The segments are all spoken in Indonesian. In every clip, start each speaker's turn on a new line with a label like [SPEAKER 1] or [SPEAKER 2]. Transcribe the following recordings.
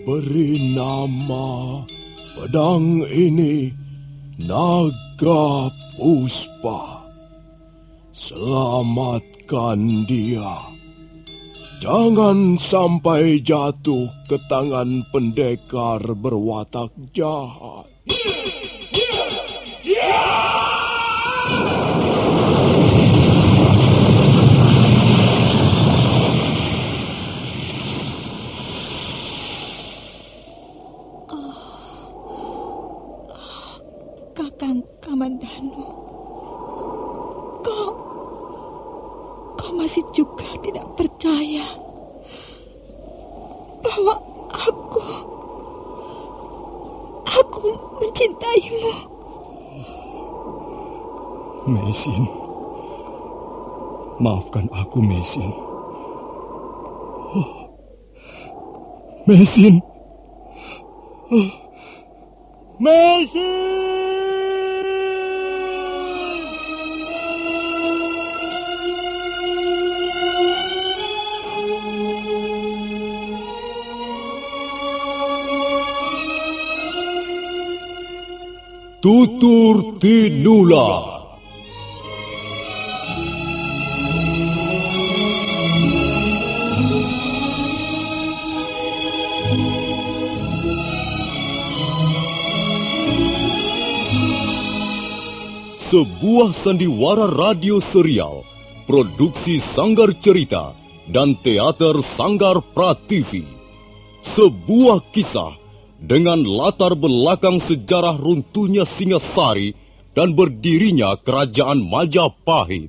[SPEAKER 1] Beri nama pedang ini Naga Puspa. Selamatkan dia. Jangan sampai jatuh ke tangan pendekar berwatak jahat.
[SPEAKER 2] Kakang Kamandanu, kau masih juga tidak percaya bahwa aku mencintaimu.
[SPEAKER 1] Meisin, maafkan aku, Meisin. Meisin. Meisin! Tutur Tinula. Sebuah sandiwara radio serial, produksi Sanggar Cerita dan Teater Sanggar Prativi. Sebuah kisah dengan latar belakang sejarah runtuhnya Singasari dan berdirinya Kerajaan Majapahit.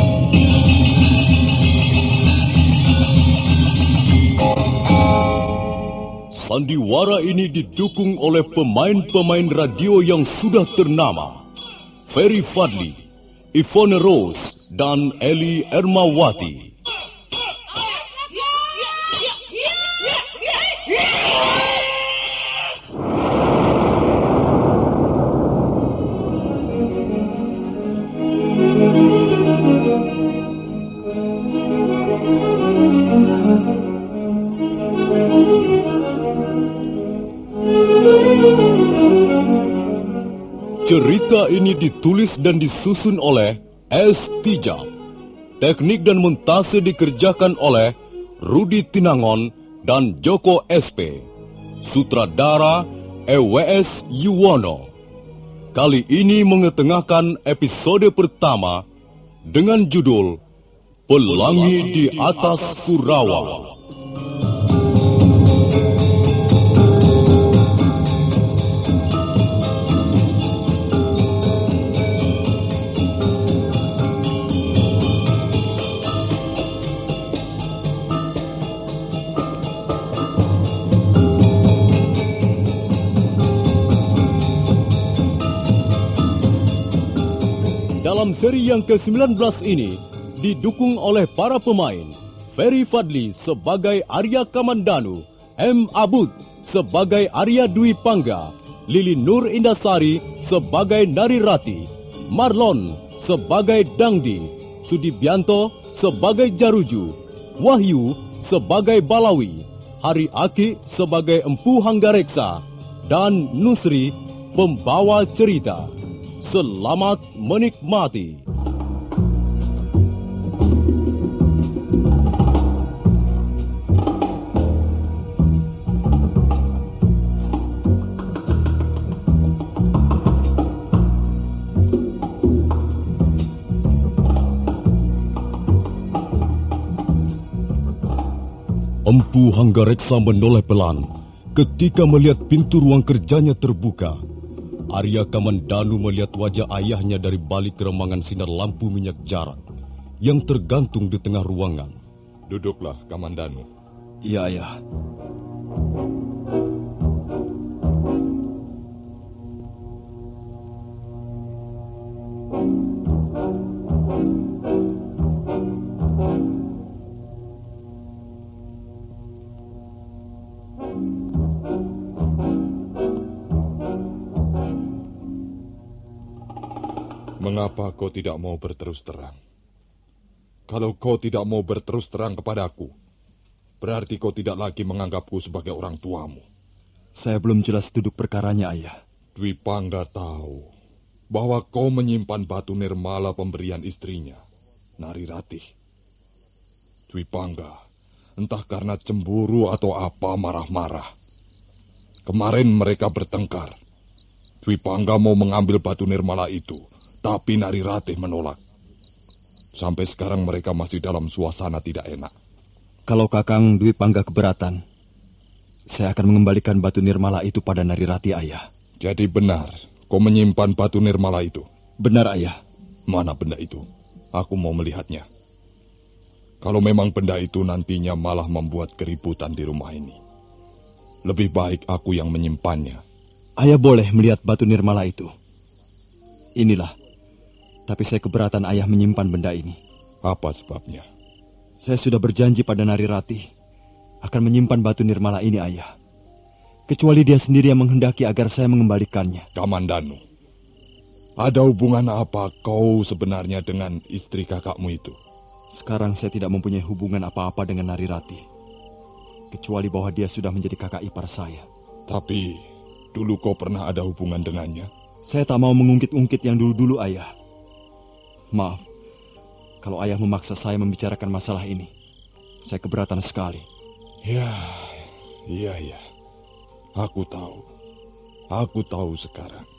[SPEAKER 1] Sandiwara ini didukung oleh pemain-pemain radio yang sudah ternama. Ferry Fadli, Yvonne Rose, dan Eli Ermawati. Cerita ini ditulis dan disusun oleh S. Tijab. Teknik dan montase dikerjakan oleh Rudi Tinangon dan Joko SP. Sutradara EWS Yuwono. Kali ini mengetengahkan episode pertama dengan judul Pelangi di Atas Kurawa. Dalam seri yang ke-19 ini, didukung oleh para pemain, Ferry Fadli sebagai Arya Kamandanu, M. Abud sebagai Arya Dwi Pangga, Lili Nur Indasari sebagai Narirati, Marlon sebagai Dangdi, Sudibianto sebagai Jaruju, Wahyu sebagai Balawi, Hari Aki sebagai Empu Hanggareksa, dan Nusri pembawa cerita. Selamat menikmati. Empu Hanggareksa menoleh pelan ketika melihat pintu ruang kerjanya terbuka. Arya Kamandanu melihat wajah ayahnya dari balik keremangan sinar lampu minyak jarak yang tergantung di tengah ruangan.
[SPEAKER 3] Duduklah, Kamandanu.
[SPEAKER 1] Iya, Ayah.
[SPEAKER 3] Mengapa kau tidak mau berterus terang? Kalau kau tidak mau berterus terang kepadaku, berarti kau tidak lagi menganggapku sebagai orang tuamu.
[SPEAKER 4] Saya belum jelas duduk perkaranya, Ayah.
[SPEAKER 3] Dwi Pangga tahu bahwa kau menyimpan batu nirmala pemberian istrinya, Nari Ratih. Dwi Pangga, entah karena cemburu atau apa, marah-marah. Kemarin mereka bertengkar. Dwi Pangga mau mengambil batu nirmala itu, tapi Nari Ratih menolak. Sampai sekarang mereka masih dalam suasana tidak enak.
[SPEAKER 4] Kalau Kakang Dwi Pangga keberatan, saya akan mengembalikan batu nirmala itu pada Nari Ratih, Ayah.
[SPEAKER 3] Jadi benar, kau menyimpan batu nirmala itu?
[SPEAKER 4] Benar, Ayah.
[SPEAKER 3] Mana benda itu? Aku mau melihatnya. Kalau memang benda itu nantinya malah membuat keributan di rumah ini, lebih baik aku yang menyimpannya.
[SPEAKER 4] Ayah boleh melihat batu nirmala itu. Inilah. Tapi saya keberatan Ayah menyimpan benda ini.
[SPEAKER 3] Apa sebabnya?
[SPEAKER 4] Saya sudah berjanji pada Nari Ratih akan menyimpan batu nirmala ini, Ayah. Kecuali dia sendiri yang menghendaki agar saya mengembalikannya.
[SPEAKER 3] Kamandanu, ada hubungan apa kau sebenarnya dengan istri kakakmu itu?
[SPEAKER 4] Sekarang saya tidak mempunyai hubungan apa-apa dengan Nari Ratih, kecuali bahwa dia sudah menjadi kakak ipar saya.
[SPEAKER 3] Tapi dulu kau pernah ada hubungan dengannya?
[SPEAKER 4] Saya tak mau mengungkit-ungkit yang dulu-dulu, Ayah. Maaf, kalau Ayah memaksa saya membicarakan masalah ini. Saya keberatan sekali.
[SPEAKER 3] Ya, iya. Aku tahu. Aku tahu sekarang.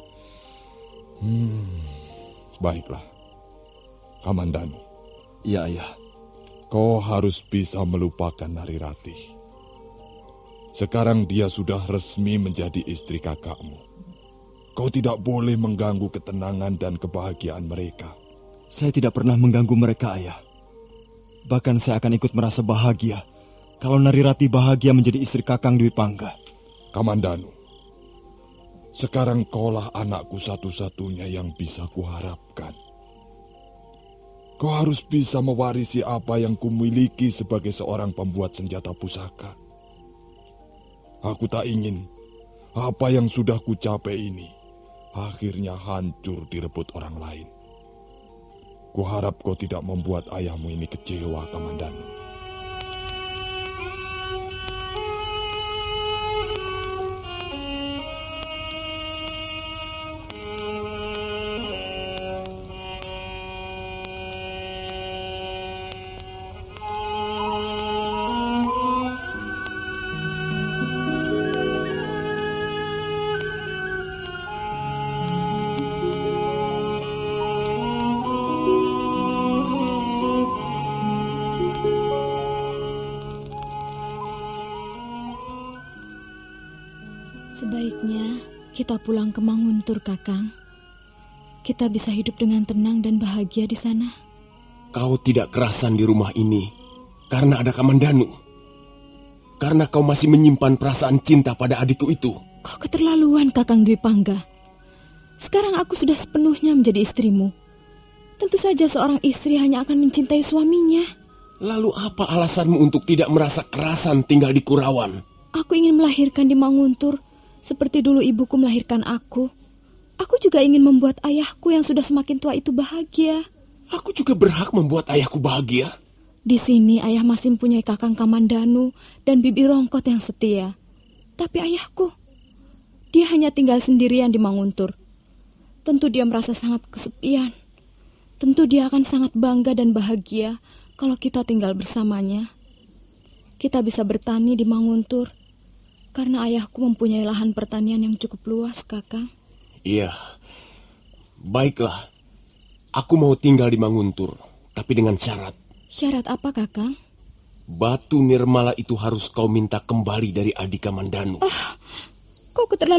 [SPEAKER 3] Baiklah. Kamandanu.
[SPEAKER 4] Iya, Ayah.
[SPEAKER 3] Kau harus bisa melupakan Nari Ratih. Sekarang dia sudah resmi menjadi istri kakakmu. Kau tidak boleh mengganggu ketenangan dan kebahagiaan mereka.
[SPEAKER 4] Saya tidak pernah mengganggu mereka, Ayah. Bahkan saya akan ikut merasa bahagia kalau Nari Ratih bahagia menjadi istri Kakang Dwi Pangga.
[SPEAKER 3] Kamandanu, sekarang kaulah anakku satu-satunya yang bisa kuharapkan. Kau harus bisa mewarisi apa yang kumiliki sebagai seorang pembuat senjata pusaka. Aku tak ingin apa yang sudah kucapai ini akhirnya hancur direbut orang lain. Kuharap kau tidak membuat ayahmu ini kecewa, Kamandanu.
[SPEAKER 2] Sebaiknya kita pulang ke Manguntur, Kakang. Kita bisa hidup dengan tenang dan bahagia di sana.
[SPEAKER 5] Kau tidak kerasan di rumah ini karena ada Kamandanu. Karena kau masih menyimpan perasaan cinta pada adikku itu.
[SPEAKER 2] Kau keterlaluan, Kakang Dwi Pangga. Sekarang aku sudah sepenuhnya menjadi istrimu. Tentu saja seorang istri hanya akan mencintai suaminya.
[SPEAKER 5] Lalu apa alasanmu untuk tidak merasa kerasan tinggal di Kurawan?
[SPEAKER 2] Aku ingin melahirkan di Manguntur seperti dulu ibuku melahirkan aku. Aku juga ingin membuat ayahku yang sudah semakin tua itu bahagia.
[SPEAKER 5] Aku juga berhak membuat ayahku bahagia.
[SPEAKER 2] Di sini ayah masih mempunyai Kakang Kamandanu dan Bibi Rongkot yang setia. Tapi ayahku, dia hanya tinggal sendirian di Manguntur. Tentu dia merasa sangat kesepian. Tentu dia akan sangat bangga dan bahagia kalau kita tinggal bersamanya. Kita bisa bertani di Manguntur karena ayahku mempunyai lahan pertanian yang cukup luas, Kakang.
[SPEAKER 5] Iya, baiklah. Aku mau tinggal di Manguntur, tapi dengan syarat.
[SPEAKER 2] Syarat apa, Kakang?
[SPEAKER 5] Batu nirmala itu harus kau minta kembali dari adik Kamandanu.
[SPEAKER 2] Kau keterlaluan.